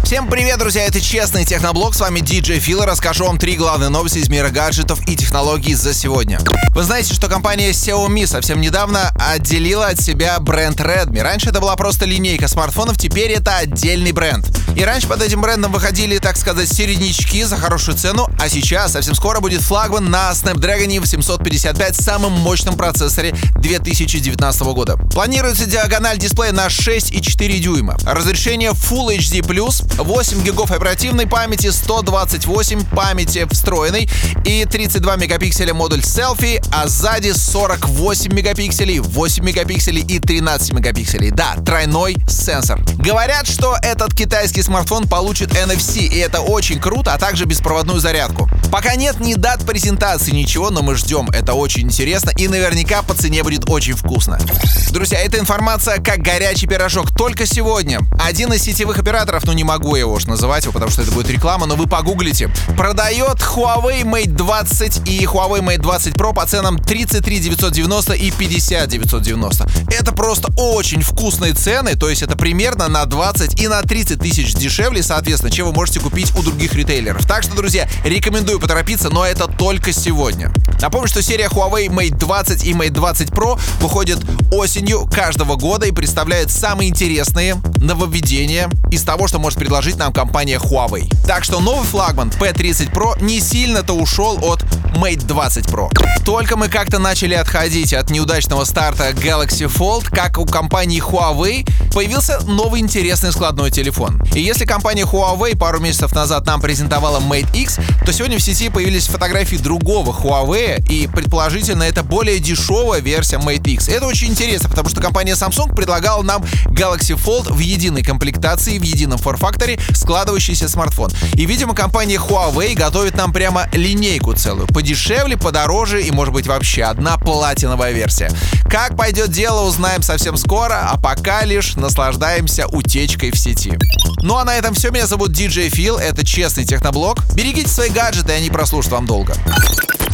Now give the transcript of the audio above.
Всем привет, друзья, это Честный Техноблог, с вами DJ Phil, и расскажу вам 3 главные новости из мира гаджетов и технологий за сегодня. Вы знаете, что компания Xiaomi совсем недавно отделила от себя бренд Redmi. Раньше это была просто линейка смартфонов, теперь это отдельный бренд. И раньше под этим брендом выходили, так сказать, середнячки за хорошую цену, а сейчас совсем скоро будет флагман на Snapdragon 855, самом мощном процессоре 2019 года. Планируется диагональ дисплея на 6,4 дюйма, разрешение Full HD+, 8 гигов оперативной памяти, 128 памяти встроенной и 32 мегапикселя модуль селфи, а сзади 48 мегапикселей, 8 мегапикселей и 13 мегапикселей. Да, тройной сенсор. Говорят, что этот китайский смартфон получит NFC, и это очень круто, а также беспроводную зарядку. Пока нет ни дат презентации, ничего, но мы ждем. Это очень интересно и наверняка по цене будет очень вкусно. Друзья, эта информация как горячий пирожок. Только сегодня один из сетевых операторов, не могу я его уж называть его, потому что это будет реклама, но вы погуглите, продает Huawei Mate 20 и Huawei Mate 20 Pro по ценам 33 990 и 50 990. Это просто очень вкусные цены, то есть это примерно на 20 и на 30 тысяч дешевле, соответственно, чем вы можете купить у других ритейлеров. Так что, друзья, рекомендую поторопиться, но это только сегодня. Напомню, что серия Huawei Mate 20 и Mate 20 Pro выходит осенью каждого года и представляет самые интересные нововведения из того, что может предложить нам компания Huawei. Так что новый флагман P30 Pro не сильно-то ушел от Mate 20 Pro. Только мы как-то начали отходить от неудачного старта Galaxy Fold, как у компании Huawei появился новый интересный складной телефон. И если компания Huawei пару месяцев назад нам презентовала Mate X, то сегодня в сети появились фотографии другого Huawei, и предположительно это более дешевая версия Mate X. Это очень интересно, потому что компания Samsung предлагала нам Galaxy Fold в единой комплектации, в едином форм-факторе, складывающийся смартфон. И, видимо, компания Huawei готовит нам прямо линейку целую. Подешевле, подороже и, может быть, вообще одна платиновая версия. Как пойдет дело, узнаем совсем скоро, а пока лишь наслаждаемся утечкой в сети. Ну а на этом все. Меня зовут DJ Phil, это Честный Техноблог. Берегите свои гаджеты, и они прослужат вам долго.